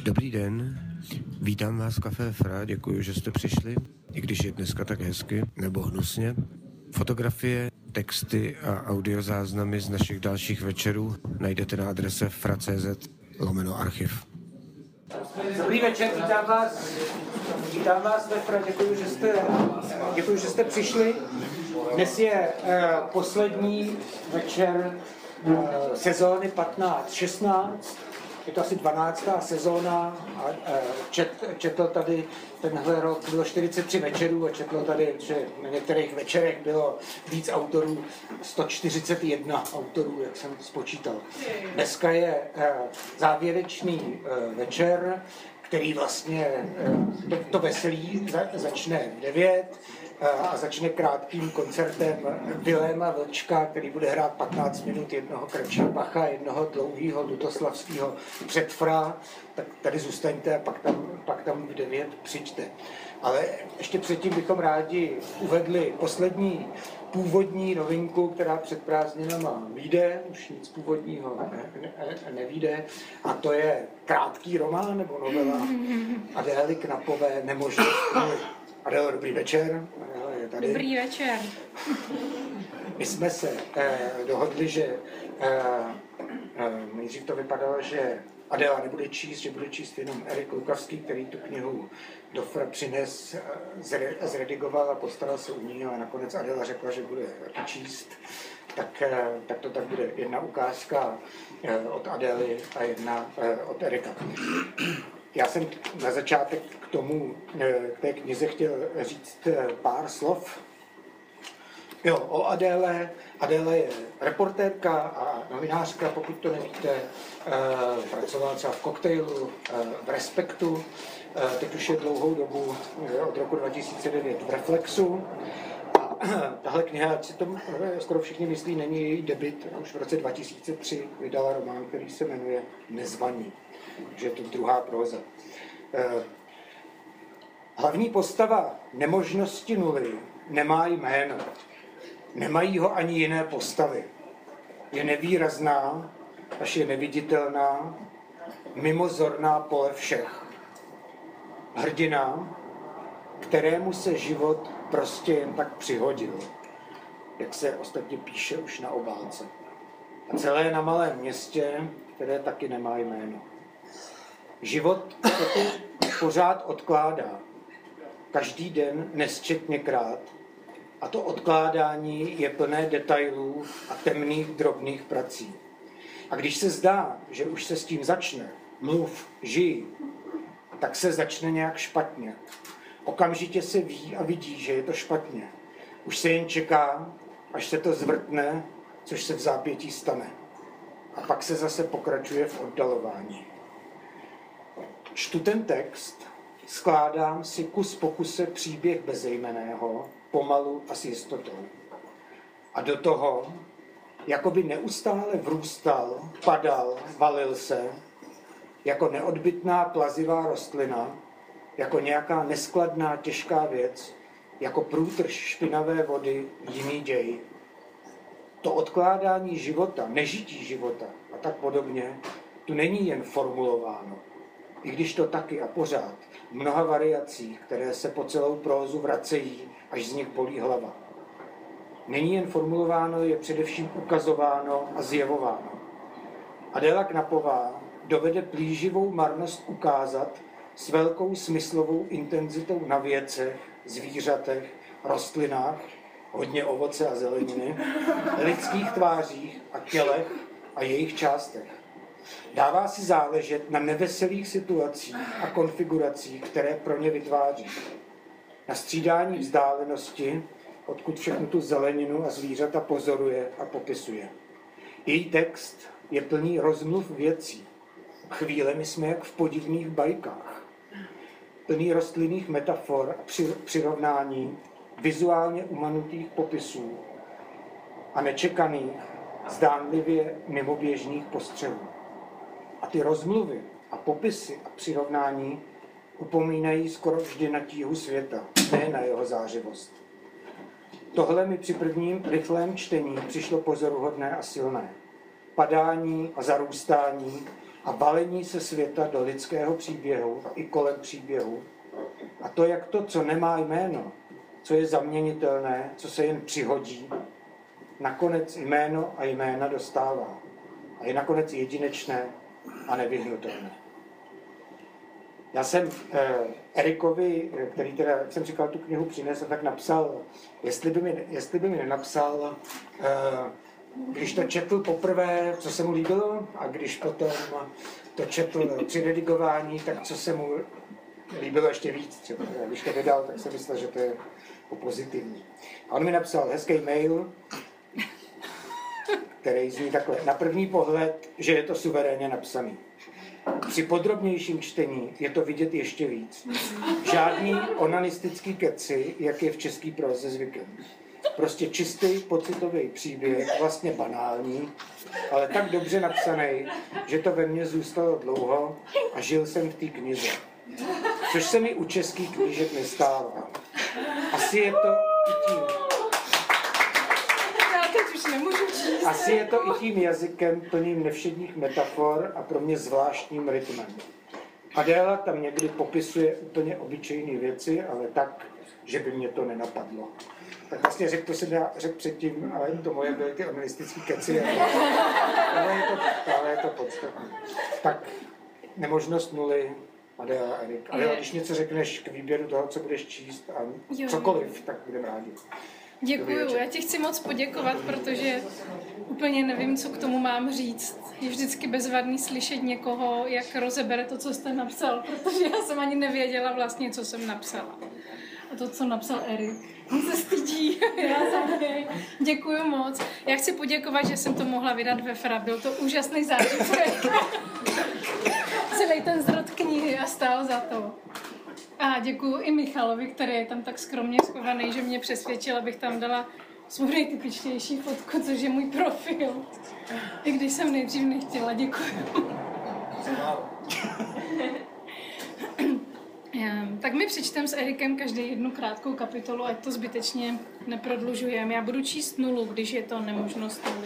Dobrý den, vítám vás v Café Fra, děkuji, že jste přišli, i když je dneska tak hezky, nebo hnusně. Fotografie, texty a audiozáznamy z našich dalších večerů najdete na adrese fra.cz/archiv. Dobrý večer, vítám vás ve Fra, děkuji, že jste přišli. Dnes je poslední večer sezóny 15-16. Je to asi 12. sezóna a četl tady tenhle rok bylo 43 večerů a četlo tady, že na některých večerech bylo víc autorů, 141 autorů, jak jsem spočítal. Dneska je závěrečný večer, který vlastně to veselí začne v 9 a začne krátkým koncertem Viléma Vlčka, který bude hrát 15 minut jednoho kratšího Bacha, jednoho dlouhého Lutoslavského před Fra, tak tady zůstaňte a pak tam v 9 přijďte. Ale ještě předtím bychom rádi uvedli poslední původní novinku, která před prázdninama vyjde, už nic původního nevyjde, a to je krátký román nebo novela Adély Knapové Nemožnost. Adélo, dobrý večer. Adélo je tady. Dobrý večer. My jsme se dohodli, že nejdřív to vypadalo, že Adéla nebude číst, že bude číst jenom Erik Lukavský, který tu knihu do Fra přines, zredigoval a postaral se u ní, ale nakonec Adéla řekla, že bude taky číst. Tak to tak bude jedna ukázka od Adély a jedna od Erika. Já jsem na začátek k té knize chtěl říct pár slov. Jo, o Adéle. Adéla je reportérka a novinářka, pokud to nevíte. Pracovala třeba v Koktejlu, v Respektu. Teď už je dlouhou dobu, od roku 2009 v Reflexu. A tahle kniha, ať si to skoro všichni myslí, není její debut. Už v roce 2003 vydala román, který se jmenuje Nezvaní. Takže je to druhá próza. Hlavní postava Nemožnosti nuly nemá jméno. Nemají ho ani jiné postavy. Je nevýrazná, až je neviditelná, mimozorná pole všech. Hrdina, kterému se život prostě jen tak přihodil, jak se ostatně píše už na obálce. A celé na malém městě, které taky nemá jméno. Život to pořád odkládá. Každý den nesčetněkrát. A to odkládání je plné detailů a temných drobných prací. A když se zdá, že už se s tím začne, mluv, žij, tak se začne nějak špatně. Okamžitě se ví a vidí, že je to špatně. Už se jen čeká, až se to zvrtne, což se v zápětí stane. A pak se zase pokračuje v oddalování. Čtu ten text, skládám si kus po kuse příběh bezejmenného, pomalu a s jistotou. A do toho, jako by neustále vrůstal, padal, valil se, jako neodbytná plazivá rostlina, jako nějaká neskladná těžká věc, jako průtrž špinavé vody jiný děj. To odkládání života, nežití života a tak podobně, tu není jen formulováno. I když to taky a pořád v mnoha variacích, které se po celou prózu vracejí, až z nich bolí hlava. Není jen formulováno, je především ukazováno a zjevováno. Adéla Knapová dovede plíživou marnost ukázat s velkou smyslovou intenzitou na věcech, zvířatech, rostlinách, hodně ovoce a zeleniny, lidských tvářích a tělech a jejich částech. Dává si záležet na neveselých situacích a konfiguracích, které pro ně vytváří. Na střídání vzdálenosti, odkud všechnu tu zeleninu a zvířata pozoruje a popisuje. Její text je plný rozmluv věcí. Chvílemi jsme jak v podivných bajkách. Plný rostlinných metafor a přirovnání, vizuálně umanutých popisů a nečekaných, zdánlivě mimoběžných postřehů. A ty rozmluvy a popisy a přirovnání upomínají skoro vždy na tíhu světa, ne na jeho zářivost. Tohle mi při prvním rychlém čtení přišlo pozoruhodné a silné. Padání a zarůstání, a valení se světa do lidského příběhu i kolem příběhu. A to, jak to, co nemá jméno, co je zaměnitelné, co se jen přihodí, nakonec jméno a jména dostává. A je nakonec jedinečné a nevyhnutelné. Já jsem Erikovi, který teda, jak jsem říkal, tu knihu přinesl, tak napsal, jestli by mi nenapsal, když to četl poprvé, co se mu líbilo, a když potom to četl při redigování, tak co se mu líbilo ještě víc. Třeba. Když to vydal, tak jsem myslel, že to je pozitivní. A on mi napsal hezký mail, který zní takhle. Na první pohled, že je to suverénně napsaný. Při podrobnějším čtení je to vidět ještě víc. Žádný onanistický keci, jak je v český próze zvykem. Prostě čistý pocitový příběh, vlastně banální, ale tak dobře napsaný, že to ve mně zůstalo dlouho a žil jsem v té knize. Což se mi u českých knížek nestává. Asi je to i tím. Asi je to i tím jazykem plným nevšedních metafor a pro mě zvláštním rytmem. Adéla tam někdy popisuje úplně obyčejné věci, ale tak, že by mě to nenapadlo. Tak vlastně řekl předtím, ale to moje byly ty onanistické keci. Ale je to podstatné. Tak nemožnost nuly, Adéla a Erik. Adéla, když něco řekneš k výběru toho, co budeš číst a cokoliv, tak budeme rádi. Děkuju, já ti chci moc poděkovat, protože úplně nevím, co k tomu mám říct. Je vždycky bezvadný slyšet někoho, jak rozebere to, co jste napsal, protože já jsem ani nevěděla vlastně, co jsem napsala. A to, co napsal Erik, on se stydí, já za něj. Děkuju moc. Já chci poděkovat, že jsem to mohla vydat ve FRA, byl to úžasný zážitek. Celý ten zrod knihy a stál za to. A děkuju i Michalovi, který je tam tak skromně schovaný, že mě přesvědčil, abych tam dala svou nejtypičtější fotku, což je můj profil. I když jsem nejdřív nechtěla, děkuju. Tak my přečtem s Erikem každý jednu krátkou kapitolu, ať to zbytečně neprodlužujeme. Já budu číst nulu, když je to nemožnost nuly.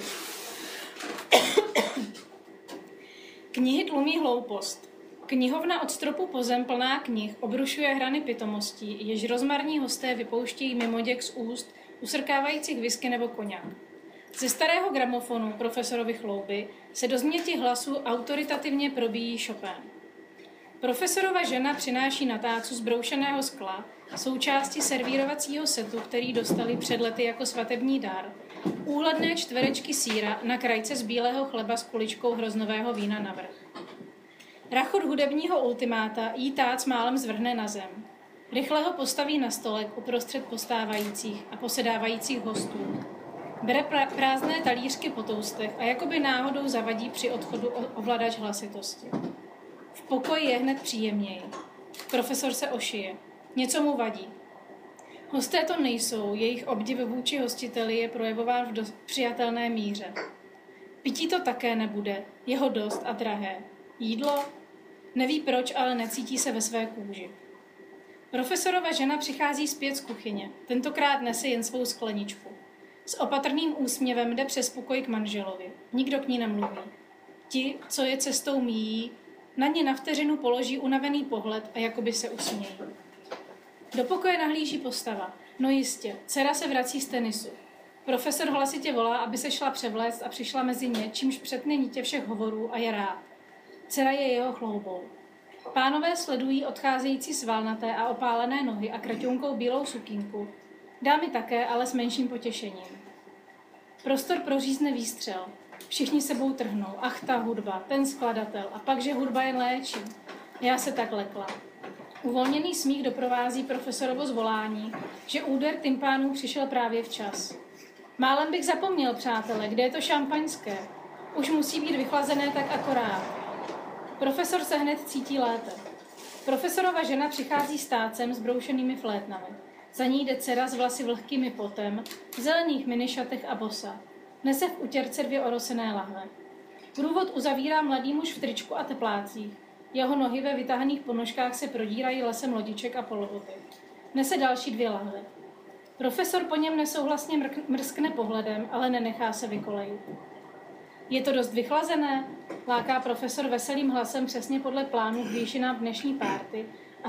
Knihy tlumí hloupost. Knihovna od stropu po zem plná knih obrušuje hrany pitomostí, jež rozmarní hosté vypouštějí mimoděk z úst, usrkávajících whisky nebo koňák. Ze starého gramofonu profesorovi Chlouby se do změti hlasu autoritativně probíjí Chopin. Profesorova žena přináší na tácu z broušeného skla součásti servírovacího setu, který dostali před lety jako svatební dar, úhledné čtverečky sýra na krajce z bílého chleba s kuličkou hroznového vína navrch. Rachot hudebního ultimáta jí tác málem zvrhne na zem. Rychle ho postaví na stolek uprostřed postávajících a posedávajících hostů. Bere prázdné talířky po toustech a jakoby náhodou zavadí při odchodu ovladač hlasitosti. V pokoji je hned příjemněji. Profesor se ošije. Něco mu vadí. Hosté to nejsou, jejich obdiv vůči hostiteli je projevován v přijatelné míře. Pití to také nebude, jeho dost a drahé. Jídlo? Neví proč, ale necítí se ve své kůži. Profesorova žena přichází zpět z kuchyně. Tentokrát nese jen svou skleničku. S opatrným úsměvem jde přes pokoj k manželovi. Nikdo k ní nemluví. Ti, co je cestou míjí, na ně na vteřinu položí unavený pohled a jakoby se usmějí. Do pokoje nahlíží postava. No jistě, dcera se vrací z tenisu. Profesor hlasitě volá, aby se šla převléct a přišla mezi ně, čímž přetne nitě všech hovorů a je rád. Dcera je jeho chloubou. Pánové sledují odcházející svalnaté a opálené nohy a kratounkou bílou sukínku. Dámy také, ale s menším potěšením. Prostor prořízne výstřel. Všichni sebou trhnou. Ach, ta hudba, ten skladatel. A pak, že hudba jen léčí. Já se tak lekla. Uvolněný smích doprovází profesorovo zvolání, že úder tympánů přišel právě včas. Málem bych zapomněl, přátelé, kde je to šampaňské. Už musí být vychlazené tak akorát. Profesor se hned cítí lépe. Profesorova žena přichází s tácem s broušenými flétnami. Za ní jde dcera s vlasy vlhkými potem, v zelených minišatech a bosa. Nese v utěrce 2 orosené lahve. Průvod uzavírá mladý muž v tričku a teplácích. Jeho nohy ve vytahaných ponožkách se prodírají lesem lodiček a poloboty. Nese další 2 lahve. Profesor po něm nesouhlasně mrskne pohledem, ale nenechá se vykolejit. Je to dost vychlazené? Láká profesor veselým hlasem přesně podle plánu k výšinám dnešní párty a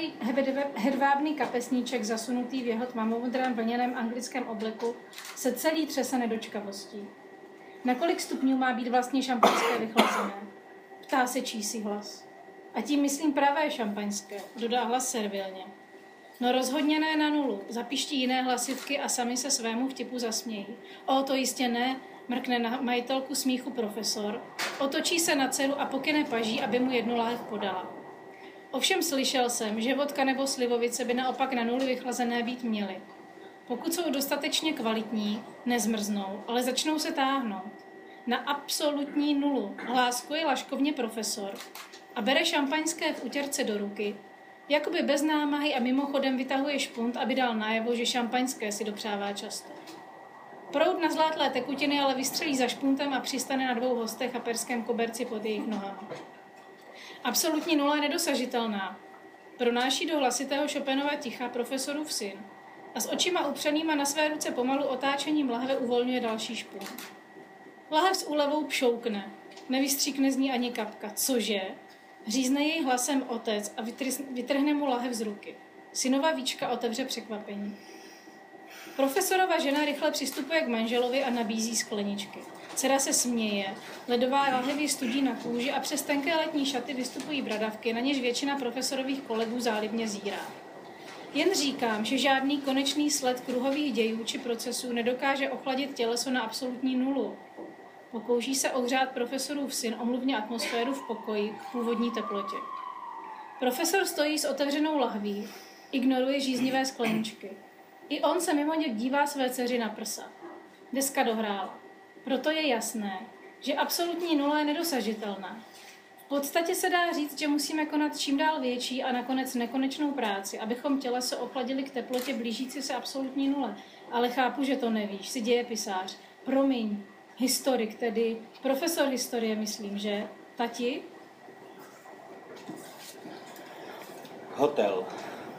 hedvábný kapesníček zasunutý v jeho tmavomodrém vlněném anglickém obleku se celý třese nedočkavostí. Na kolik stupňů má být vlastně šampaňské vychlazené? Ptá se čísí hlas. A tím myslím pravé šampaňské, dodá hlas servilně. No rozhodně ne na 0, zapiští jiné hlasivky a sami se svému vtipu zasmějí. O, to jistě ne, mrkne na majitelku smíchu profesor, otočí se na dceru a pokyne paží, aby mu 1 lahev podala. Ovšem slyšel jsem, že vodka nebo slivovice by naopak na 0 vychlazené být měly. Pokud jsou dostatečně kvalitní, nezmrznou, ale začnou se táhnout. Na absolutní 0 hláskuje laškovně profesor a bere šampaňské v utěrce do ruky, jakoby bez námahy a mimochodem vytahuje špunt, aby dal najevo, že šampaňské si dopřává často. Proud na zlátlé tekutiny ale vystřelí za špuntem a přistane na 2 hostech a perském koberci pod jejich nohama. Absolutní 0 je nedosažitelná. Pronáší do hlasitého Chopinova ticha profesorův syn a s očima upřenýma na své ruce pomalu otáčením lahve uvolňuje další špunt. Lahev s úlevou pšoukne. Nevystříkne z ní ani kapka. Cože? Řízne jej hlasem otec a vytrhne mu lahev z ruky. Synova víčka otevře překvapení. Profesorova žena rychle přistupuje k manželovi a nabízí skleničky. Dcera se směje, ledová lahev ji studí na kůži a přes tenké letní šaty vystupují bradavky, na něž většina profesorových kolegů zálibně zírá. Jen říkám, že žádný konečný sled kruhových dějů či procesů nedokáže ochladit těleso na absolutní 0. Pokouší se ohřát profesorův syn omluvně atmosféru v pokoji k původní teplotě. Profesor stojí s otevřenou lahví, ignoruje žíznivé skleničky. I on se mimo něk dívá své dceři na prsa. Deska dohrála. Proto je jasné, že absolutní 0 je nedosažitelná. V podstatě se dá říct, že musíme konat čím dál větší a nakonec nekonečnou práci, abychom těleso ochladili k teplotě blížící se absolutní 0. Ale chápu, že to nevíš, si dějepisář. Promiň, historik tedy, profesor historie, myslím, že? Tati? Hotel.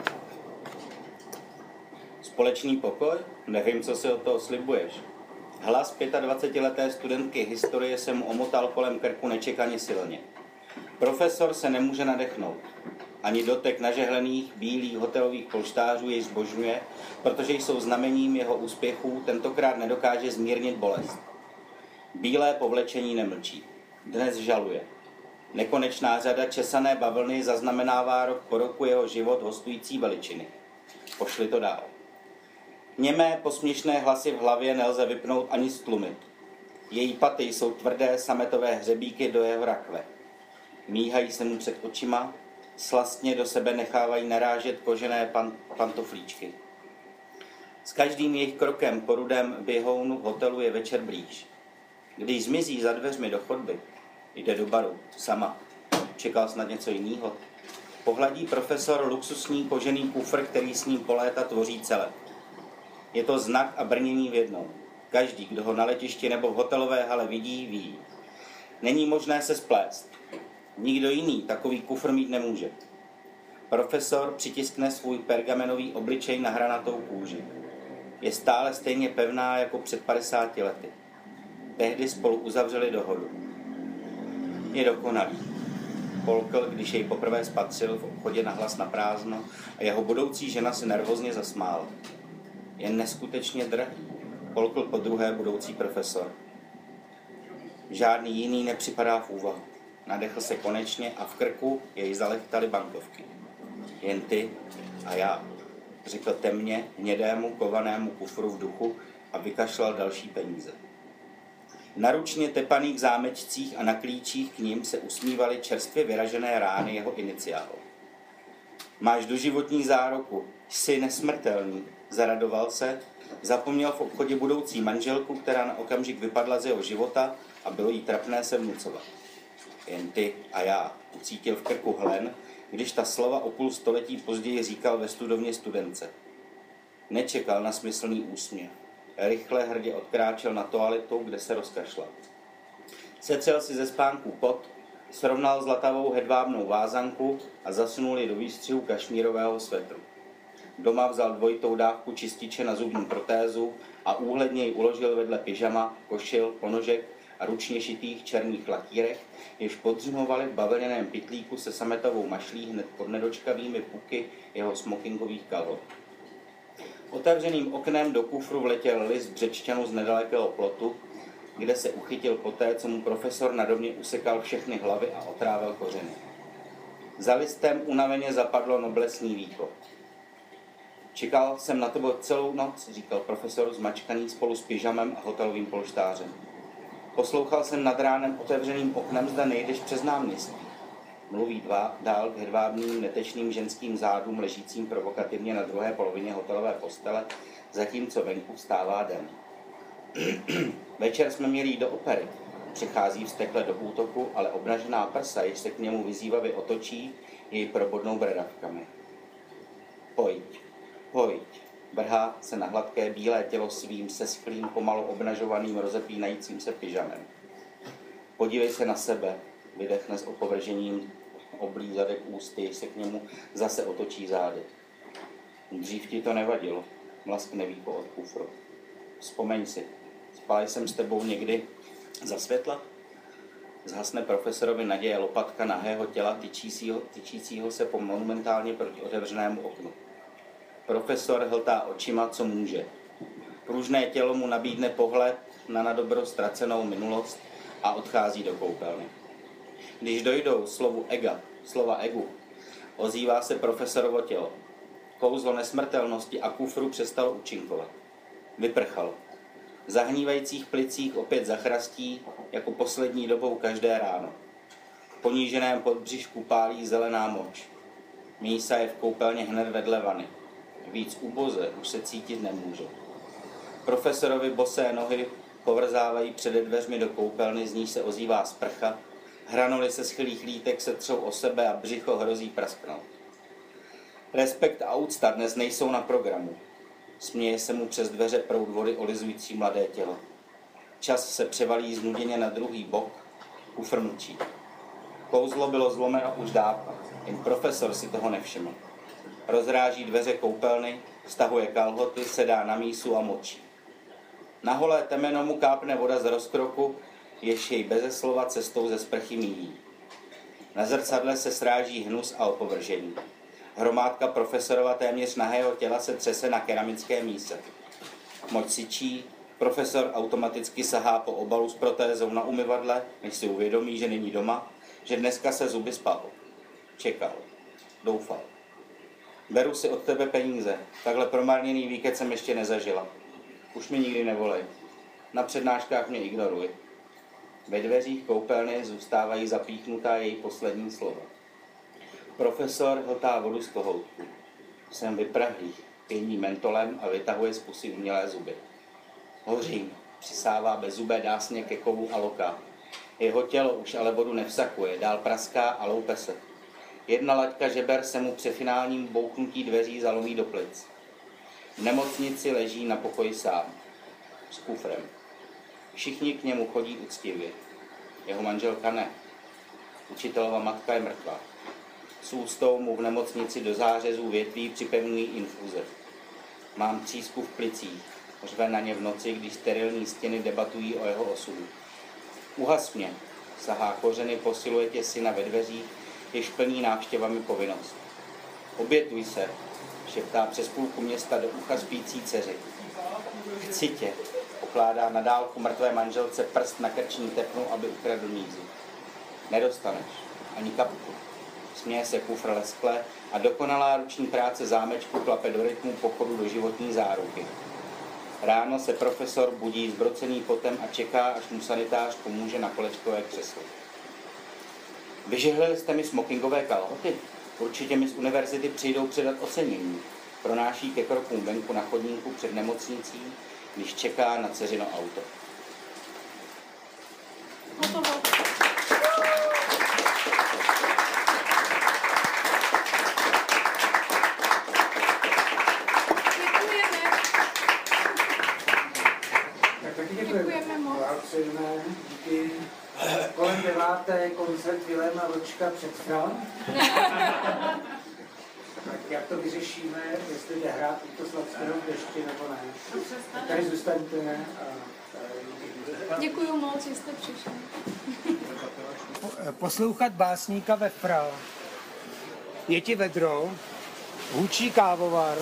Společný pokoj? Nevím, co si od toho slibuješ. Hlas 25leté studentky historie se mu omotal kolem krku nečekaně silně. Profesor se nemůže nadechnout. Ani dotek nažehlených bílých hotelových polštářů jej zbožňuje, protože jsou znamením jeho úspěchů, tentokrát nedokáže zmírnit bolest. Bílé povlečení nemlčí. Dnes žaluje. Nekonečná řada česané bavlny zaznamenává rok po roku jeho život hostující veličiny. Pošli to dál. Němé posměšné hlasy v hlavě nelze vypnout ani stlumit. Její paty jsou tvrdé sametové hřebíky do jeho rakve. Míhají se mu před očima, slastně do sebe nechávají narážet kožené pantoflíčky. S každým jejich krokem po rudém běhounu v hotelu je večer blíž. Když zmizí za dveřmi do chodby, jde do baru, sama. Čekal snad něco jiného. Pohladí profesor luxusní kožený kufr, který s ním po léta tvoří celek. Je to znak a brnění v jednom. Každý, kdo ho na letišti nebo v hotelové hale vidí, ví. Není možné se splést. Nikdo jiný takový kufr mít nemůže. Profesor přitiskne svůj pergamenový obličej na hranatou kůži. Je stále stejně pevná jako před 50 lety. Tehdy spolu uzavřeli dohodu. Je dokonalý. Polkl, když jej poprvé spatřil v obchodě nahlas na prázdno a jeho budoucí žena se nervózně zasmála. Je neskutečně drahý, polkl podruhé budoucí profesor. Žádný jiný nepřipadá v úvahu. Nadechl se konečně a v krku jej zalechtaly bankovky. Jen ty a já, řekl temně hnědému kovanému kufru v duchu a vykašlal další peníze. Na ručně tepaných zámečcích a na klíčích k nim se usmívaly čerstvě vyražené rány jeho iniciálů. Máš doživotní záruku, jsi nesmrtelný, zaradoval se, zapomněl v obchodě budoucí manželku, která na okamžik vypadla z jeho života a bylo jí trapné se vnucovat. Jen ty a já, ucítil v krku Helen, když ta slova o půl století později říkal ve studovně studence. Nečekal na smyslný úsměv. Rychle hrdě odkráčel na toaletu, kde se rozkašlal. Setřel si ze spánku pot, srovnal zlatavou hedvábnou vázanku a zasunul ji do výstřihu kašmírového svetru. Doma vzal dvojitou dávku čističe na zubní protézu a úhledně ji uložil vedle pyžama, košil, ponožek a ručně šitých černých lakírech, jež podřimovaly v bavlněném pytlíku se sametovou mašlí hned pod nedočkavými puky jeho smokingových kalhot. Otevřeným oknem do kufru vletěl list břečťanu z nedalekého plotu, kde se uchytil poté, co mu profesor nadobně usekal všechny hlavy a otrávil kořeny. Za listem unaveně zapadlo noblesní východ. Čekal jsem na tebe celou noc, říkal profesor zmačkaný spolu s pyžamem a hotelovým polštářem. Poslouchal jsem nad ránem otevřeným oknem, zda nejdeš přes náměstí. Mluví dál k hedvábným netečným ženským zádům ležícím provokativně na druhé polovině hotelové postele, zatímco venku vstává den. Večer jsme měli jít do opery. Přichází vztekle do útoku, ale obnažená prsa, jež se k němu vyzývavě otočí, jej probodnou bradavkami. Pojď, pojď, vrhá se na hladké bílé tělo svým seschlým, pomalu obnažovaným, rozepínajícím se pyžamem. Podívej se na sebe, vydechne s opovržením oblízadek ústy, jež se k němu zase otočí zády. Dřív ti to nevadilo, mlaskne víko od kufru. Vzpomeň si, spal jsem s tebou někdy za světla? Zhasne profesorovi naděje lopatka nahého těla tyčícího se po monumentálně proti otevřenému oknu. Profesor hltá očima, co může. Pružné tělo mu nabídne pohled na nadobro ztracenou minulost a odchází do koupelny. Když dojdou slova egu, ozývá se profesorovo tělo. Kouzlo nesmrtelnosti a kufru přestalo účinkovat. Vyprchalo. V zahnívajících plicích opět zachrastí, jako poslední dobou každé ráno. V poníženém podbřišku pálí zelená moč. Mísa je v koupelně hned vedle vany. Víc uboze už se cítit nemůže. Profesorovi bosé nohy povrzávají přede dveřmi do koupelny, z níž se ozývá sprcha, hranoly se schylých lítek se třou o sebe a břicho hrozí prasknout. Respekt a úcta dnes nejsou na programu. Směje se mu přes dveře proud vody olizující mladé tělo. Čas se převalí znuděně na druhý bok, kufr mlčí. Kouzlo bylo zlomeno už dávno, jen profesor si toho nevšiml. Rozráží dveře koupelny, stahuje kalhoty, sedá na mísu a močí. Na holé temeno mu kápne voda z rozkroku, jež jej beze slova cestou ze sprchy míjí. Na zrcadle se sráží hnus a opovržení. Hromádka profesorova téměř nahého těla se třese na keramické míse. Moč syčí, profesor automaticky sahá po obalu s protézou na umyvadle, než si uvědomí, že není doma, že dneska se zuby spal. Čekal. Doufal. Beru si od tebe peníze. Takhle promarněný víkend jsem ještě nezažila. Už mi nikdy nevolej. Na přednáškách mě ignoruj. Ve dveřích koupelny zůstávají zapíchnutá její poslední slova. Profesor hltá vodu z kohoutku. Jsem vyprahlý, pění mentolem a vytahuje z pusy umělé zuby. Hořím, přisává bezzubé dásně ke kovu a loká. Jeho tělo už ale vodu nevsakuje, dál praská a loupe se. Jedna laťka žeber se mu při finálním bouchnutí dveří zalomí do plic. V nemocnici leží na pokoji sám. S kufrem. Všichni k němu chodí uctivě. Jeho manželka ne. Učitelova matka je mrtvá. S ústou mu v nemocnici do zářezů větví připevňují infuze. Mám třísku v plicích. Řve na ně v noci, když sterilní stěny debatují o jeho osudu. Uhas mě. Sahá kořeny po siluetě syna ve dveřích, jež plní návštěvami povinnost. Obětuj se, šeptá přes půlku města do ucha spící dceři. Chci tě, pokládá na dálku mrtvé manželce prst na krční tepnu, aby ukradl mízu. Nedostaneš, ani kapku. Směje se kufr leskle a dokonalá ruční práce zámečku klape do rytmu pochodu do životní záruky. Ráno se profesor budí zbrocený potem a čeká, až mu sanitář pomůže na kolečkové křeslo. Vyžehlili jste mi smokingové kalhoty? Určitě mi z univerzity přijdou předat ocenění. Pronáší ke krokům venku na chodníku před nemocnicí, když čeká na dceřino auto. Hotovo. Děkujeme moc. Díky. Kolem 9. koncert Viléma Vlčka před Fran. Tak jak to vyřešíme, jestli jde hrát to Slavského v dešti nebo ne. Tady zůstaňte a Děkuju moc, že jste přišli. Poslouchat básníka Vefra. Je ti vedro, hučí kávovar,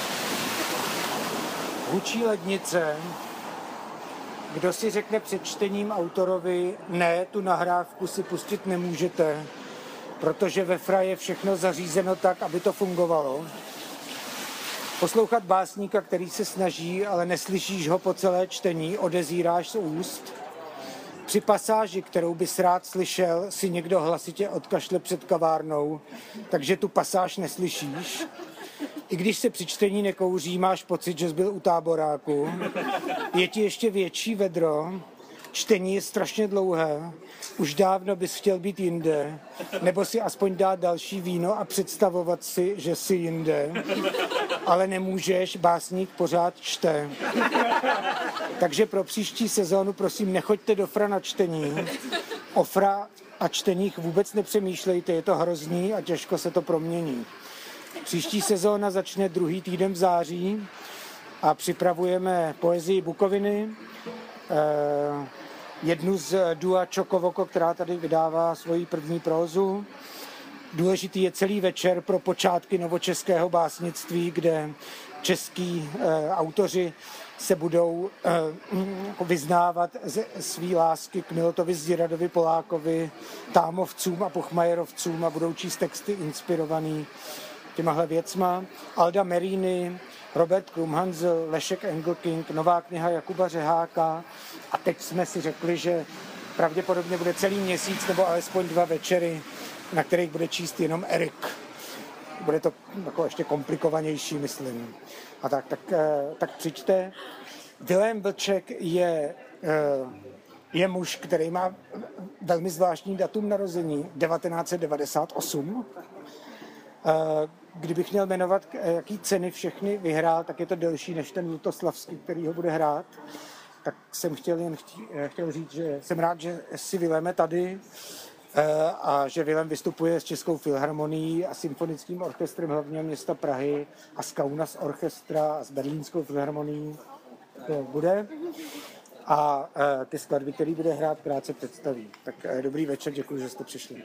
hučí lednice. Kdo si řekne před čtením autorovi, ne, tu nahrávku si pustit nemůžete, protože Vefra je všechno zařízeno tak, aby to fungovalo. Poslouchat básníka, který se snaží, ale neslyšíš ho po celé čtení, odezíráš z úst. Při pasáži, kterou bys rád slyšel, si někdo hlasitě odkašle před kavárnou, takže tu pasáž neslyšíš. I když se při čtení nekouří, máš pocit, že jsi byl u táboráku. Je ti ještě větší vedro, čtení je strašně dlouhé, už dávno bys chtěl být jinde, nebo si aspoň dát další víno a představovat si, že jsi jinde. Ale nemůžeš, básník pořád čte. Takže pro příští sezónu prosím nechoďte do Fra na čtení. O Fra a čteních vůbec nepřemýšlejte, je to hrozný a těžko se to promění. Příští sezóna začne druhý týden v září a připravujeme poezii Bukoviny, jednu z dua Čokovoko, která tady vydává svoji první prózu. Důležitý je celý večer pro počátky novočeského básnictví, kde český autoři se budou vyznávat svý lásky k Milotovi Ziradovi, Polákovi, Támovcům a Puchmajerovcům a budou číst texty inspirovaný těmahle věcma. Alda Merini, Robert Krumhansl, Lešek Engelking, nová kniha Jakuba Řeháka a teď jsme si řekli, že pravděpodobně bude celý měsíc nebo alespoň 2 večery, na kterých bude číst jenom Erik. Bude to jako ještě komplikovanější, myslím. A tak přijďte. Vilém Vlček je muž, který má velmi zvláštní datum narození, 1998. Kdybych měl jmenovat, jaký ceny všechny vyhrál, tak je to delší než ten Lutoslavský, který ho bude hrát. Tak jsem chtěl říct, že jsem rád, že si Viléme tady a že Vilém vystupuje s Českou filharmonií a symfonickým orchestrem hlavního města Prahy a s Kaunas orchestra a s Berlínskou filharmonií. To bude. A ty skladby, který bude hrát, krátce představí. Tak dobrý večer, děkuji, že jste přišli.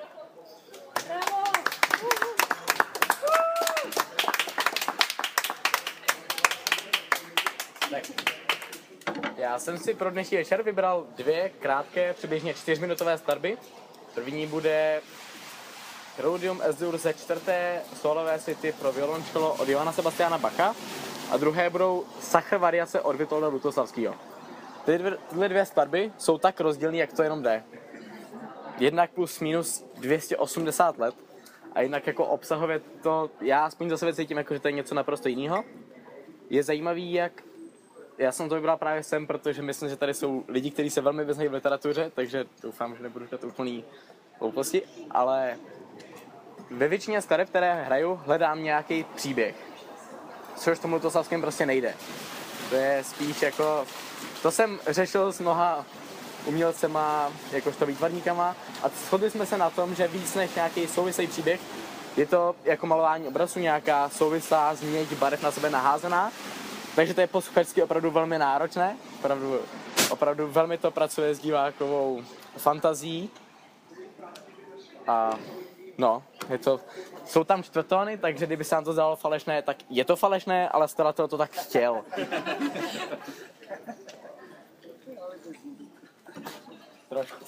Já jsem si pro dnešní večer vybral 2 krátké, přibližně 4minutové skladby. První bude Rhodium S-dur ze 4. solové suity pro violoncello od Johanna Sebastiana Bacha a druhé budou Sachr variace od Vitolda Lutoslavského. Tyhle 2 skladby jsou tak rozdílné, jak to jenom jde. Jednak plus minus 280 let a jinak jako obsahově to já aspoň za sebe cítím, jako, že to je něco naprosto jiného. Je zajímavý, jak já jsem to vybral právě sem, protože myslím, že tady jsou lidi, kteří se velmi vyznají v literatuře, takže doufám, že nebudu říkat úplný hlouposti, ale ve většině skladeb, které hraju, hledám nějaký příběh, což tomu Lutoslavském prostě nejde. To je spíš jako, to jsem řešil s mnoha umělcema, jakožto výtvarníkama a shodli jsme se na tom, že víc než nějaký souvislý příběh, je to jako malování obrazu, nějaká souvislá změť barev na sebe naházená. Takže to je posluchačsky opravdu velmi náročné, opravdu velmi to pracuje s divákovou fantazí. A no, jsou tam čtvrtóny, takže kdyby se nám to zdalo falešné, tak je to falešné, ale skladatel to tak chtěl. Trošku.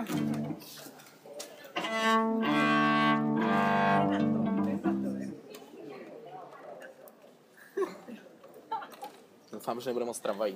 Doufám, že nebude moc tramvají.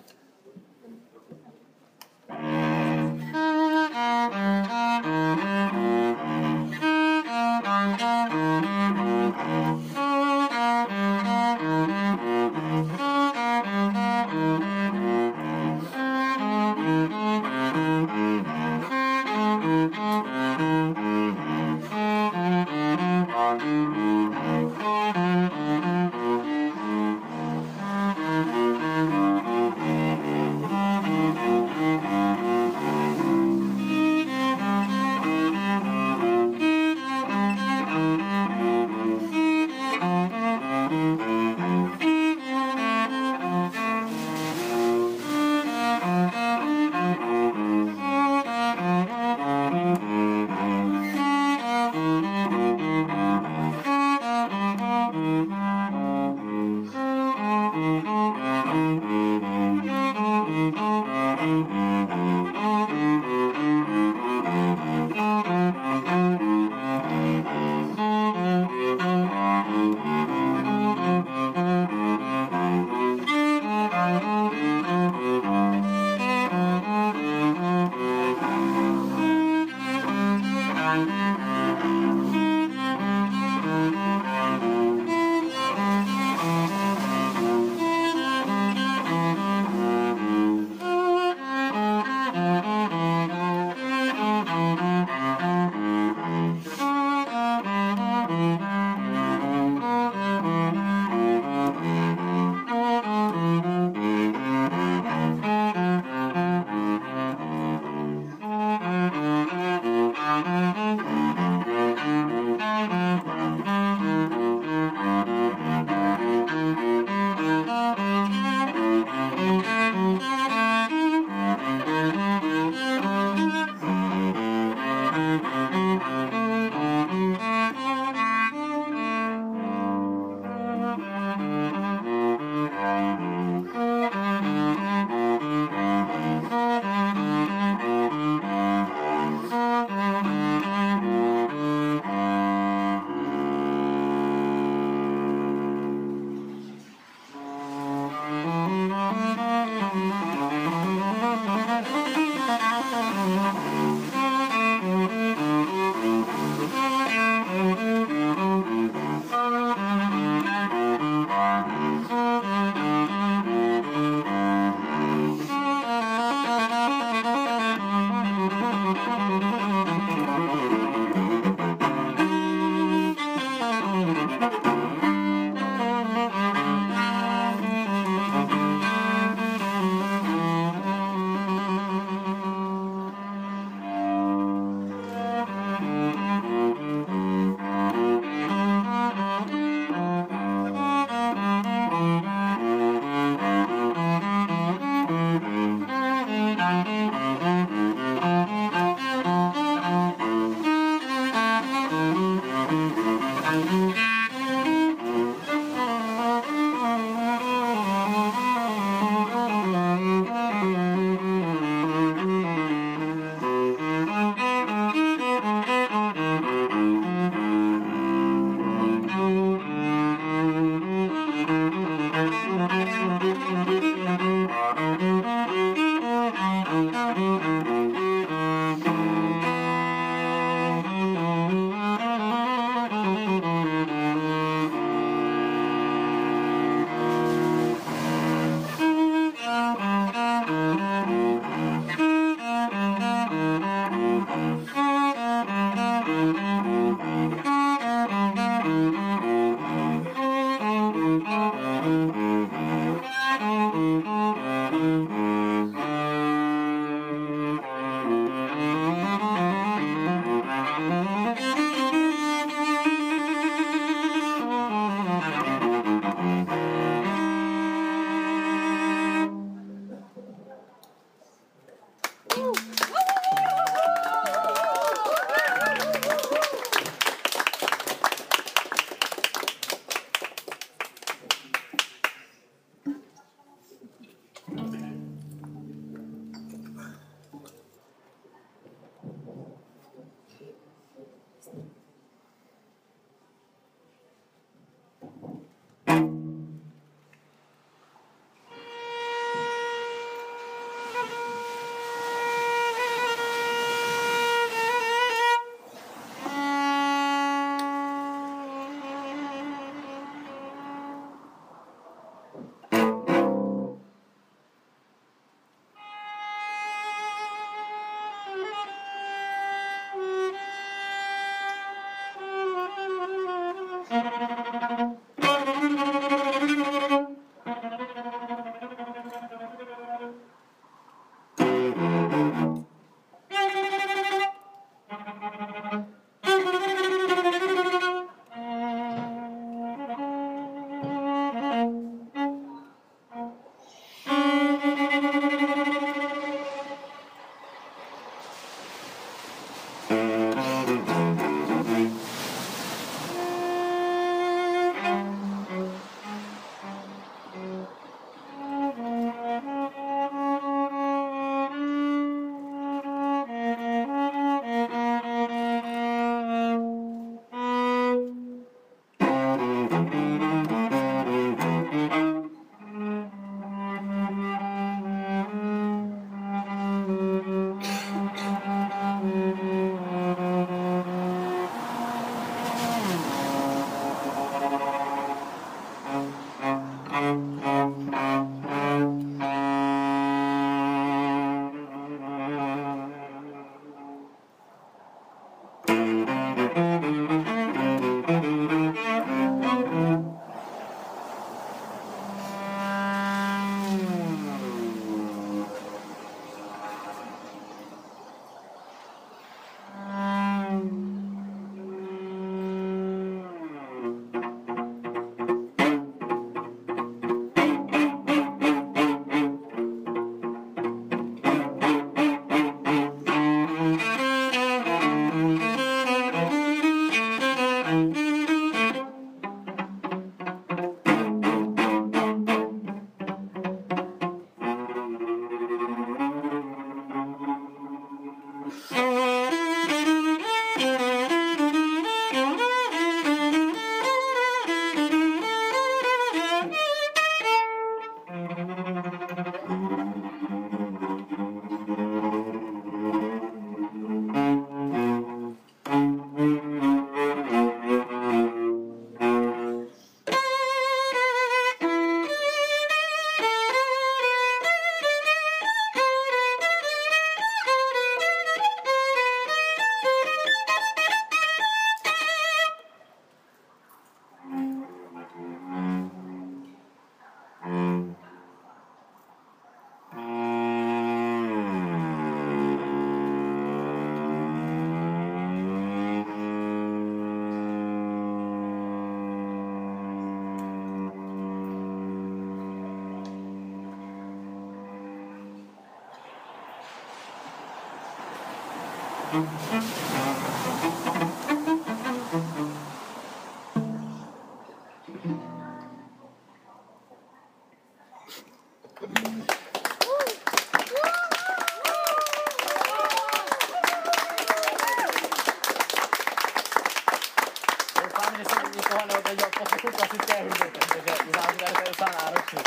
Doufám, že jsem nikoho neodradil poslechu klasické hudby, protože u nás tady to je docela náročný.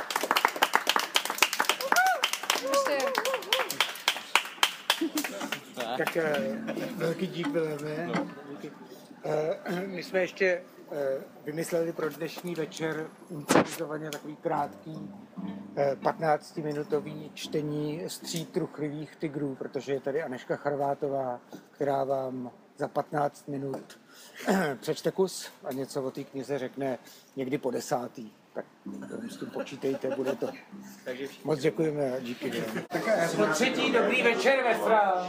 Tak velký dík, Vileme. My jsme ještě vymysleli pro dnešní večer improvizovaně takový krátký 15-minutový čtení Stříd truchlivých tygrů, protože je tady Anežka Charvátová, která vám za 15 minut přečte kus a něco o té knize řekne někdy po 10. Tak s tím počítejte, bude to. Moc děkujeme a díky. Tak po třetí dobrý večer ve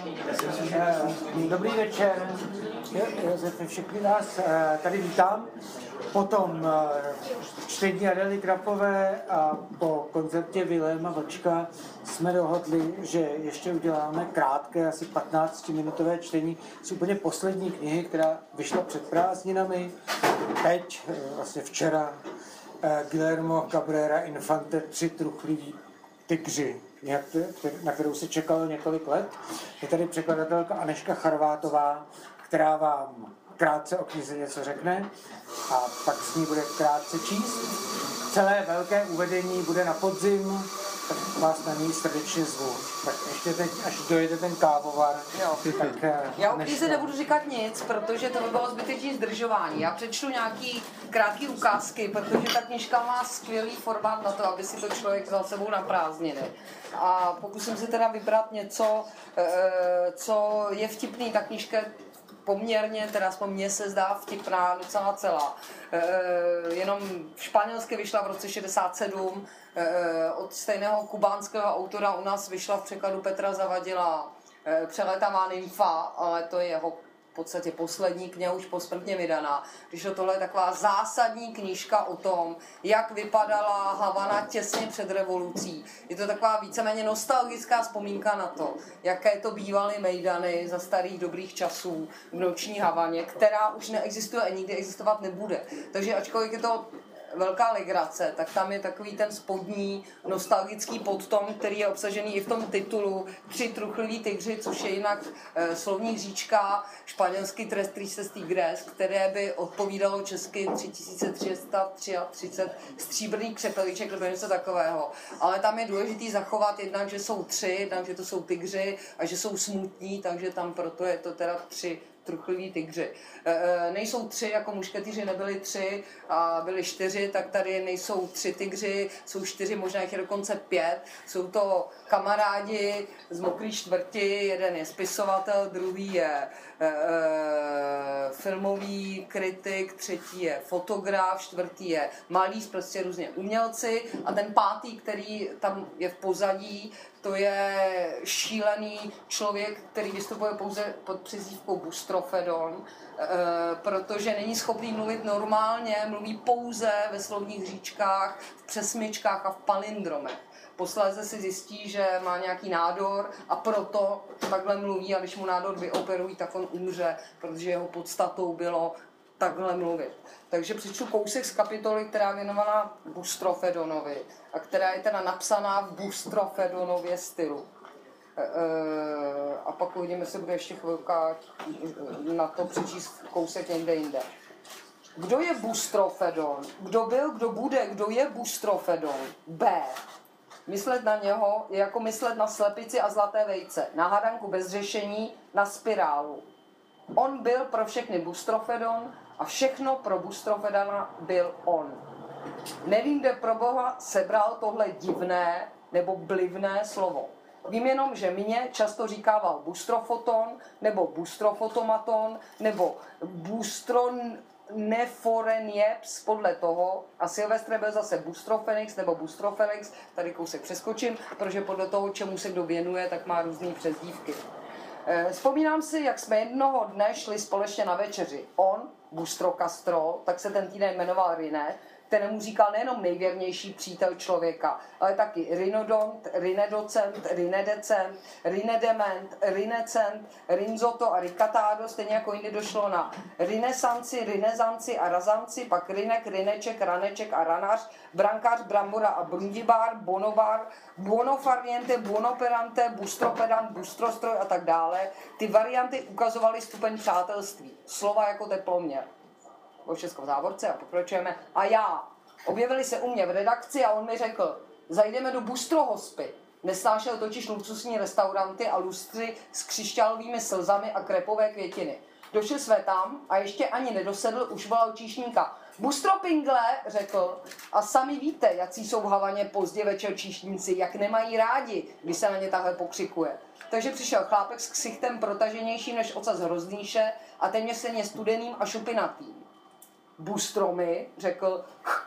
Dobrý večer. Josef, všechny nás tady vítám. Potom čtení Adely Krapové a po koncertě Viléma Vlčka jsme dohodli, že ještě uděláme krátké, asi 15-minutové čtení z úplně poslední knihy, která vyšla před prázdninami. Teď, vlastně včera, Guillermo Cabrera Infante 3 truchliví tygři, na kterou se čekalo několik let. Je tady překladatelka Anežka Charvátová, která vám krátce o knize něco řekne a pak s ní bude krátce číst. Celé velké uvedení bude na podzim, tak vás na ní srdečně zvu. Tak ještě teď, až dojede ten kávovar. Tak, já o knize nebudu říkat nic, protože to by bylo zbytečné zdržování. Já přečtu nějaký krátký ukázky, protože ta knížka má skvělý formát na to, aby si to člověk vzal sebou na prázdniny. A pokusím se teda vybrat něco, co je vtipný. Ta knížka poměrně, teda aspoň mně se zdá vtipná docela celá. Jenom španělsky vyšla v roce 67, od stejného kubánského autora u nás vyšla v překladu Petra Zavadila Přelétavá nymfa, ale to je jeho v podstatě poslední kniha, už posmrtně vydaná. Když tohle je taková zásadní knížka o tom, jak vypadala Havana těsně před revolucí. Je to taková víceméně nostalgická vzpomínka na to, jaké to bývaly mejdany za starých dobrých časů v noční Havaně, která už neexistuje a nikdy existovat nebude. Takže ačkoliv je to velká legrace, tak tam je takový ten spodní nostalgický podton, který je obsažený i v tom titulu 3 truchliví tygři, což je jinak slovní říčka, španělsky Tres tristes tigres, které by odpovídalo česky 3333 stříbrný křepeliček nebo něco takového. Ale tam je důležitý zachovat jednak, že jsou 3, jednak, že to jsou tygři a že jsou smutní, takže tam proto je to teda 3 truchliví tygři. Nejsou 3, jako mušketýři nebyli 3 a byli 4, tak tady nejsou 3 tygři, jsou 4, možná jich je dokonce 5. Jsou to kamarádi z Mokrý čtvrti, jeden je spisovatel, druhý je filmový kritik, třetí je fotograf, čtvrtý je malíř, prostě různě umělci a ten 5., který tam je v pozadí, to je šílený člověk, který vystupuje pouze pod přezdívkou Bustrofedon, protože není schopný mluvit normálně, mluví pouze ve slovních říčkách, v přesmyčkách a v palindromech. Posléze si zjistí, že má nějaký nádor a proto takhle mluví a když mu nádor vyoperují, tak on umře, protože jeho podstatou bylo takhle mluvit. Takže přečtu kousek z kapitoly, která je věnovaná Bustrofedonovi a která je teda napsaná v Bustrofedonově stylu. A pak uvidíme, jestli bude ještě chvilka na to přečíst kousek někde jinde. Kdo je Bustrofedon? Kdo byl, kdo bude, kdo je Bustrofedon? B. Myslet na něho je jako myslet na slepici a zlaté vejce, na hadanku bez řešení, na spirálu. On byl pro všechny Bustrofedon a všechno pro Bustrofedana byl on. Nevím, kde pro Boha sebral tohle divné nebo blivné slovo. Vím jenom, že mě často říkával Bustrofoton, nebo Bustrofotomaton, nebo Bustroneforenieps podle toho. A Silvestre byl zase Bustrofenix nebo Bustrofelix, tady kousek přeskočím, protože podle toho, čemu se kdo věnuje, tak má různý přezdívky. Vzpomínám si, jak jsme jednoho dne šli společně na večeři. On, Bustro Castro, tak se ten týden jmenoval Riné, kterému říkal nejenom nejvěrnější přítel člověka, ale taky Rinodont, Rinedocent, Rinedecent, Rinedement, Rinecent, Rinzoto a Ricatado, stejně jako jindy došlo na Rinesanci, Rinezanci a Razanci, pak Rinek, Rineček, Raneček a Ranař, Brankář, Brambora a Brundibár, Bonobar, Buonofarniente, Buonoperante, Bustropedant, Bustrostroj a tak dále. Ty varianty ukazovaly stupeň přátelství. Slova jako teploměr. Všechno v závorce a pokračujeme. A já. Objevili se u mě v redakci a on mi řekl, zajdeme do Bustrohospy. Nesnášel totiž luxusní restauranty a lustry s křišťálovými slzami a krepové květiny. Došli jsme tam a ještě ani nedosedl, už volal číšníka. Bustro Pingle, řekl, a sami víte, jací jsou v Havaně pozdě večer číšníci, jak nemají rádi, když se na ně takhle pokřikuje. Takže přišel chlápek s ksichtem protaženějším než ocas hroznýše a téměř stejně studeným a šupinatým. Bustromy, řekl,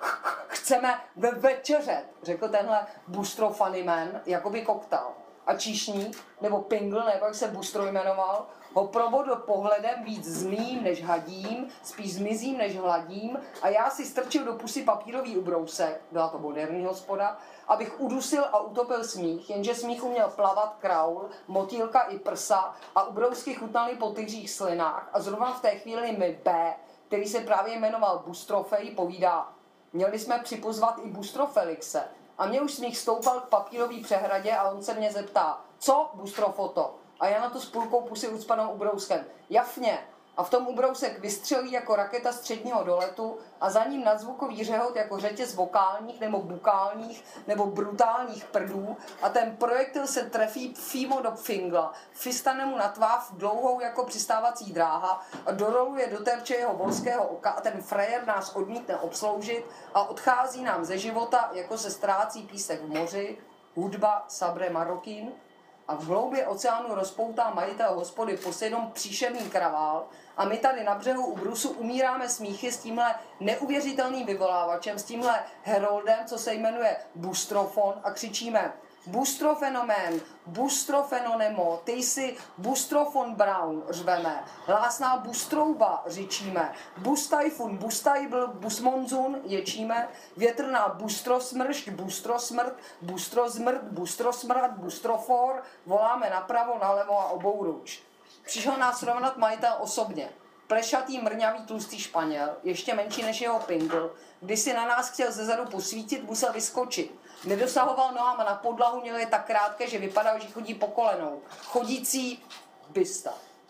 chceme večeřet, řekl tenhle Bustro Funnyman, jakoby koktal. A číšník, nebo Pingle, nebo jak se Bustro jmenoval, ho probodl pohledem víc zmým než hadím, spíš zmizím než hladím a já si strčil do pusy papírový ubrousek, byla to moderní hospoda, abych udusil a utopil smích, jenže smích uměl plavat kraul, motýlka i prsa a ubrousky chutnaly po tyřích slinách a zrovna v té chvíli mi B, který se právě jmenoval Bustrofej, povídá, měli jsme připozvat i Bustro Felixe. A mě už smích stoupal k papírový přehradě a on se mě zeptá, co Bustrofoto? A já na to s půlkou pusy ucpanou ubrouskem. Jafně. A v tom ubrousek vystřelí jako raketa středního doletu a za ním nadzvukový řehot jako řetěz vokálních nebo bukálních nebo brutálních prdů a ten projektil se trefí přímo do Pfingla, fistane mu na tvář dlouhou jako přistávací dráha a doroluje do terče jeho volského oka a ten frajer nás odmítne obsloužit a odchází nám ze života, jako se ztrácí písek v moři, hudba Sabre Marokin, a v hloubě oceánu rozpoutá majitel hospody Poseidon příšerný kravál a my tady na břehu u brusu umíráme smíchy s tímhle neuvěřitelným vyvolávačem, s tímhle heroldem, co se jmenuje Bustrofon a křičíme Bustrofenomén, Bustrofenonemo, ty jsi Bustrofon Brown, řveme, hlásná Bustrouba, řičíme, Bustajfun, Bustajbl, Busmonzun, ječíme, větrná Bustrosmršť, Bustrosmrt, Bustrozmrt, Bustrosmrad, Bustrofor, voláme napravo, nalevo a obouruč. Přišel nás srovnat majitel osobně. Plešatý, mrňavý, tlustý Španěl, ještě menší než jeho Pingle, když si na nás chtěl zezadu posvítit, musel vyskočit. Nedosahoval nohama na podlahu, měl je tak krátké, že vypadal, že chodí po kolenou. Chodící bysta.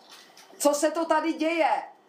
Co se to tady děje?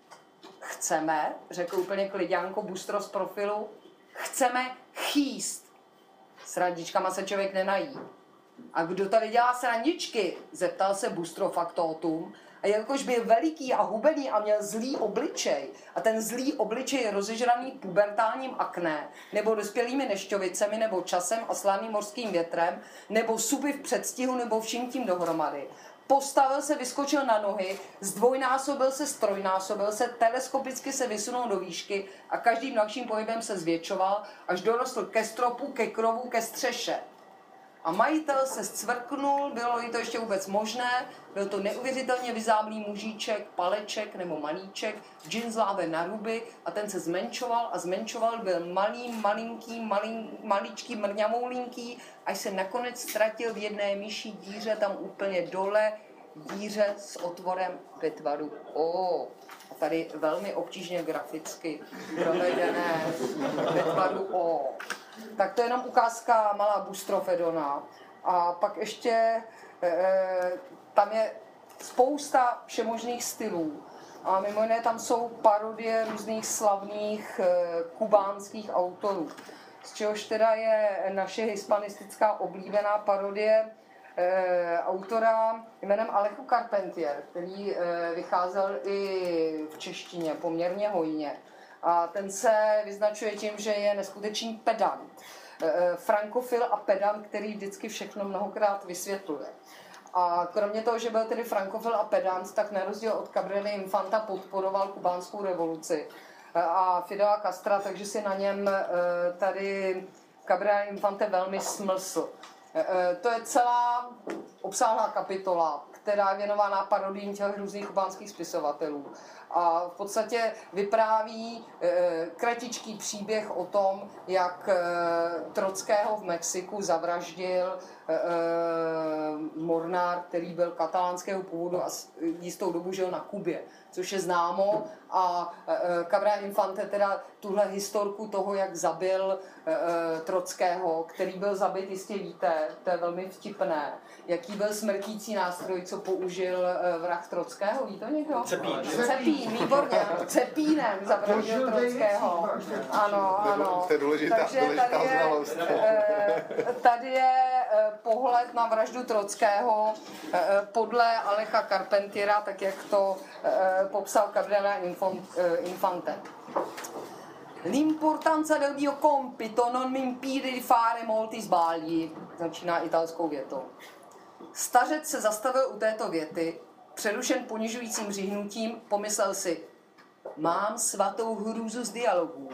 Chceme, řekl úplně kliďánko Bustro z profilu, chceme chýst. S randičkama se člověk nenají. A kdo tady dělá srandičky? Zeptal se Bustro Factotum. A jelikož byl veliký a hubený a měl zlý obličej, a ten zlý obličej je rozežraný pubertálním akné, nebo dospělými nešťovicemi, nebo časem a slaným mořským větrem, nebo suby v předstihu, nebo vším tím dohromady. Postavil se, vyskočil na nohy, zdvojnásobil se, strojnásobil se, teleskopicky se vysunul do výšky a každým dalším pohybem se zvětšoval, až dorostl ke stropu, ke krovu, ke střeše. A majitel se zcvrknul, bylo jí to ještě vůbec možné, byl to neuvěřitelně vyzáblý mužíček, paleček nebo malíček, džinzláve na ruby a ten se zmenšoval a zmenšoval, byl maličký, mrňavoulinký, až se nakonec ztratil v jedné myší díře tam úplně dole, díře s otvorem ve tvaru O. A tady velmi obtížně graficky provedené ve tvaru O. Tak to je jenom ukázka malá Bustrofedona. A pak ještě tam je spousta všemožných stylů. A mimo jiné tam jsou parodie různých slavných kubánských autorů. Z čehož teda je naše hispanistická oblíbená parodie autora jménem Alejo Carpentier, který vycházel i v češtině poměrně hojně. A ten se vyznačuje tím, že je neskutečný pedant. Frankofil a pedant, který vždycky všechno mnohokrát vysvětluje. A kromě toho, že byl tedy frankofil a pedant, tak na rozdíl od Cabrera Infanta podporoval kubánskou revoluci a Fidela Castra, takže si na něm tady Cabrera Infante velmi smlsl. To je celá obsáhlá kapitola, která je věnovaná parodiím těch různých kubánských spisovatelů. A v podstatě vypráví kratičký příběh o tom, jak Trockého v Mexiku zavraždil Mornár, který byl katalánského původu a jistou dobu žil na Kubě, což je známo. A Cabrera Infante teda tuhle historku toho, jak zabil Trockého, který byl zabit, jistě víte, to je velmi vtipné. Jaký byl smrtící nástroj, co použil vrah Trockého, ví to někdo? Cepín. výborně, Cepínem zavraždil Trockého. Ano. To je důležitá znalost. Tady je pohled na vraždu Trockého podle Alecha Carpentiera, tak jak to popsal Cardinal Infante. L'importanza del mio compito non mi impide di fare molti sbagli, začíná italskou větou. Stařec se zastavil u této věty, přerušen ponižujícím říhnutím, pomyslel si, mám svatou hrůzu z dialogů.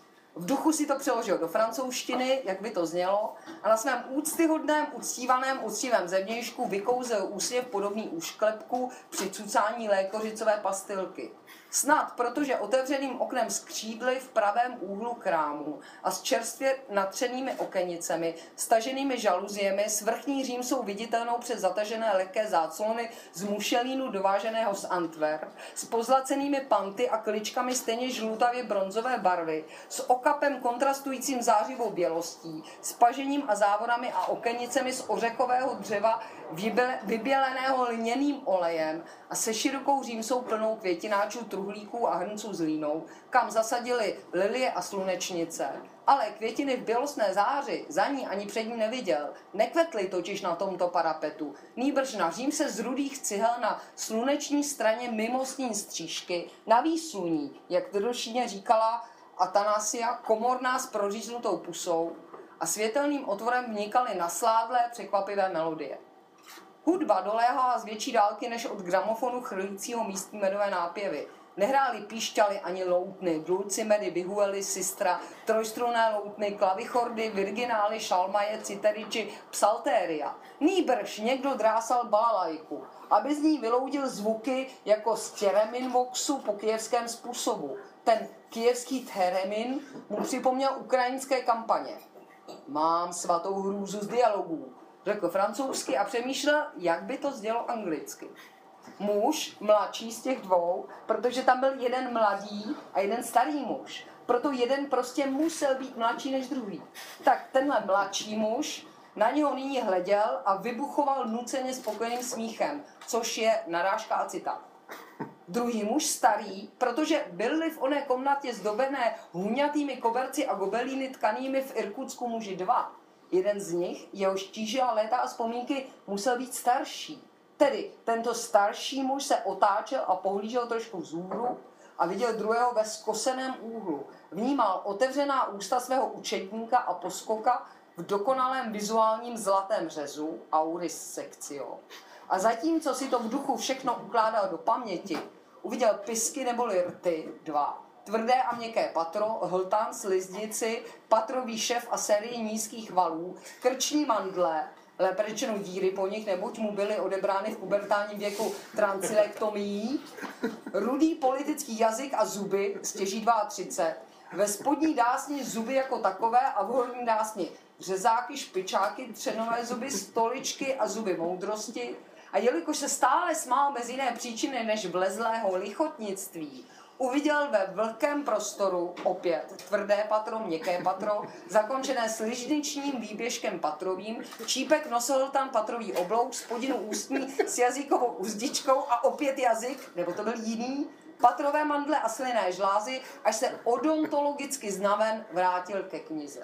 V duchu si to přeložil do francouzštiny, jak by to znělo, a na svém úctyhodném, uctivém zevnějšku vykouzl úsměv podobný úšklepku při cucání lékořicové pastilky. Snad, protože otevřeným oknem skřídly v pravém úhlu krámu a s čerstvě natřenými okenicemi, staženými žaluziemi, s vrchní římsou viditelnou přes zatažené lehké záclony z mušelínu dováženého z Antwerp, s pozlacenými panty a kličkami stejně žlutavě bronzové barvy, s okapem kontrastujícím zářivou bělostí, s pažením a závorami a okenicemi z ořechového dřeva vyběleného lněným olejem a se širokou římsou plnou květináčů, truhlíků a hrnců s línou, kam zasadili lilie a slunečnice. Ale květiny v bělostné záři za ní ani před ní neviděl. Nekvetly totiž na tomto parapetu. Nýbrž na římse z rudých cihel na sluneční straně mimostní střížky, na výsluní, jak trdšně říkala Atanasia, komorná s proříznutou pusou, a světelným otvorem vnikaly nasládlé překvapivé melodie. Hudba doléhala z větší dálky než od gramofonu chrlícího místní medové nápěvy. Nehrály píšťaly ani loutny, dulcimedy, vihuely, sistra, trojstrunné loutny, klavichordy, virginály, šalmaje, citery či psaltéria. Nýbrž někdo drásal balalajku, aby z ní vyloudil zvuky jako z Teremin-voxu po kyjevském způsobu. Ten kyjevský Teremin mu připomněl ukrajinské kampaně. Mám svatou hrůzu z dialogů, řekl francouzsky a přemýšlel, jak by to znělo anglicky. Muž, mladší z těch dvou, protože tam byl jeden mladý a jeden starý muž. Proto jeden prostě musel být mladší než druhý. Tak tenhle mladší muž na něho nyní hleděl a vybuchoval nuceně spokojeným smíchem, což je narážka a citát. Druhý muž starý, protože byli v oné komnatě zdobené huňatými koberci a gobelíny tkanými v Irkutsku muži dva. Jeden z nich, jehož tížila léta a vzpomínky, musel být starší. Tedy tento starší muž se otáčel a pohlížel trošku vzhůru a viděl druhého ve skoseném úhlu. Vnímal otevřená ústa svého učedníka a poskoka v dokonalém vizuálním zlatém řezu, auris sectio. A zatímco si to v duchu všechno ukládal do paměti, uviděl pisky neboli rty, dva, tvrdé a měkké patro, hltan, sliznici, patrový šef a sérii nízkých valů, krční mandle, lépe řečeno díry po nich, neboť mu byly odebrány v pubertálním věku trancylektomií, rudý politický jazyk a zuby, stěží 32, ve spodní dásni zuby jako takové a v horní dásni řezáky, špičáky, třenové zuby, stoličky a zuby moudrosti. A jelikož se stále smál bez jiné příčiny než vlezlého lichotnictví, uviděl ve vlhkém prostoru opět tvrdé patro, měkké patro, zakončené sližničním výběžkem patrovým, čípek, nosohltan, patrový oblouk, spodinu ústní s jazykovou uzdičkou a opět jazyk, nebo to byl jiný, patrové mandle a slinné žlázy, až se odontologicky znaven vrátil ke knize.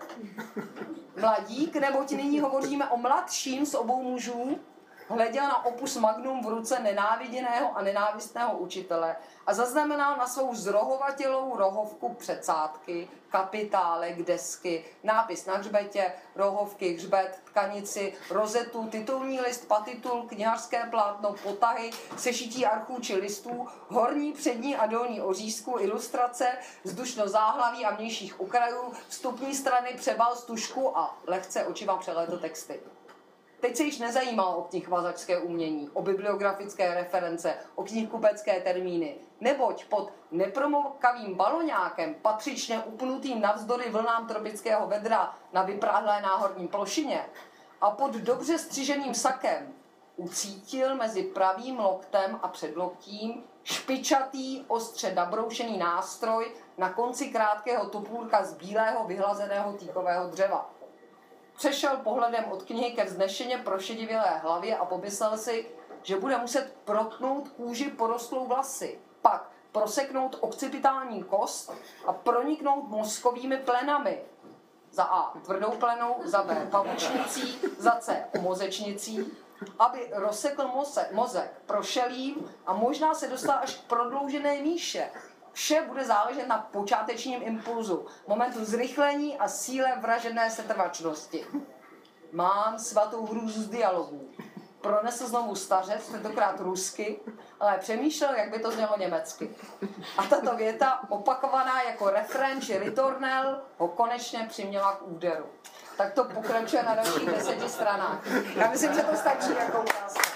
Mladík, neboť nyní hovoříme o mladším z obou mužů, hleděl na opus magnum v ruce nenáviděného a nenávistného učitele a zaznamenal na svou zrohovatělou rohovku předsádky, kapitálek, desky, nápis na hřbetě, rohovky, hřbet, tkanici, rozetu, titulní list, patitul, knihařské plátno, potahy, sešití archů či listů, horní, přední a dolní ořízku, ilustrace, vzdušno záhlaví a vnějších okrajů, vstupní strany, přebal, stužku a lehce očima přelétl texty. Teď se již nezajímal o knihvazačské umění, o bibliografické reference, o knihkupecké termíny, neboť pod nepromokavým baloňákem, patřičně upnutým navzdory vlnám tropického vedra na vypráhlé náhorní plošině a pod dobře střiženým sakem ucítil mezi pravým loktem a předloktím špičatý, ostře nabroušený nástroj na konci krátkého topůrka z bílého vyhlazeného týkového dřeva. Přešel pohledem od knihy ke vznešeně prošedivělé hlavě a pomyslel si, že bude muset protnout kůži porostlou vlasy. Pak proseknout occipitální kost a proniknout mozkovými plenami. Za A tvrdou plenou, za B pavučnicí, za C mozečnicí, aby rozsekl mozek, prošel jím a možná se dostal až k prodloužené míše. Vše bude záležet na počátečním impulzu, momentu zrychlení a síle vražedné setrvačnosti. Mám svatou hrůzu z dialogů. Pronesl znovu stařec, tentokrát rusky, ale přemýšlel, jak by to znělo německy. A tato věta, opakovaná jako refrén či ritornel, ho konečně přiměla k úderu. Tak to pokračuje na dalších 10 stranách. Já myslím, že to stačí jako ukázka.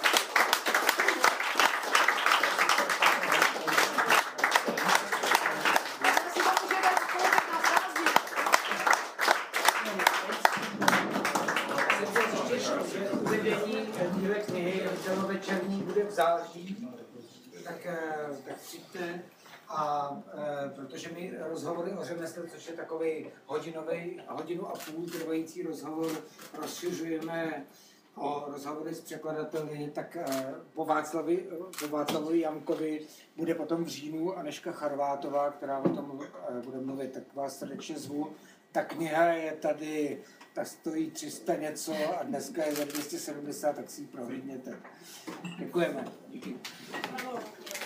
Celovečerní bude v září, tak přijďte a protože my rozhovory o řemesle, což je takový hodinu a půl trvající rozhovor, rozšiřujeme o rozhovory s překladateli, tak po Václavovi Jamkovi bude potom v říjnu Anežka Charvátová, která o tom bude mluvit, tak vás srdečně zvu. Ta kniha je tady, ta stojí 300 něco a dneska je za 270, tak si ji prohlídněte. Děkujeme. Díky.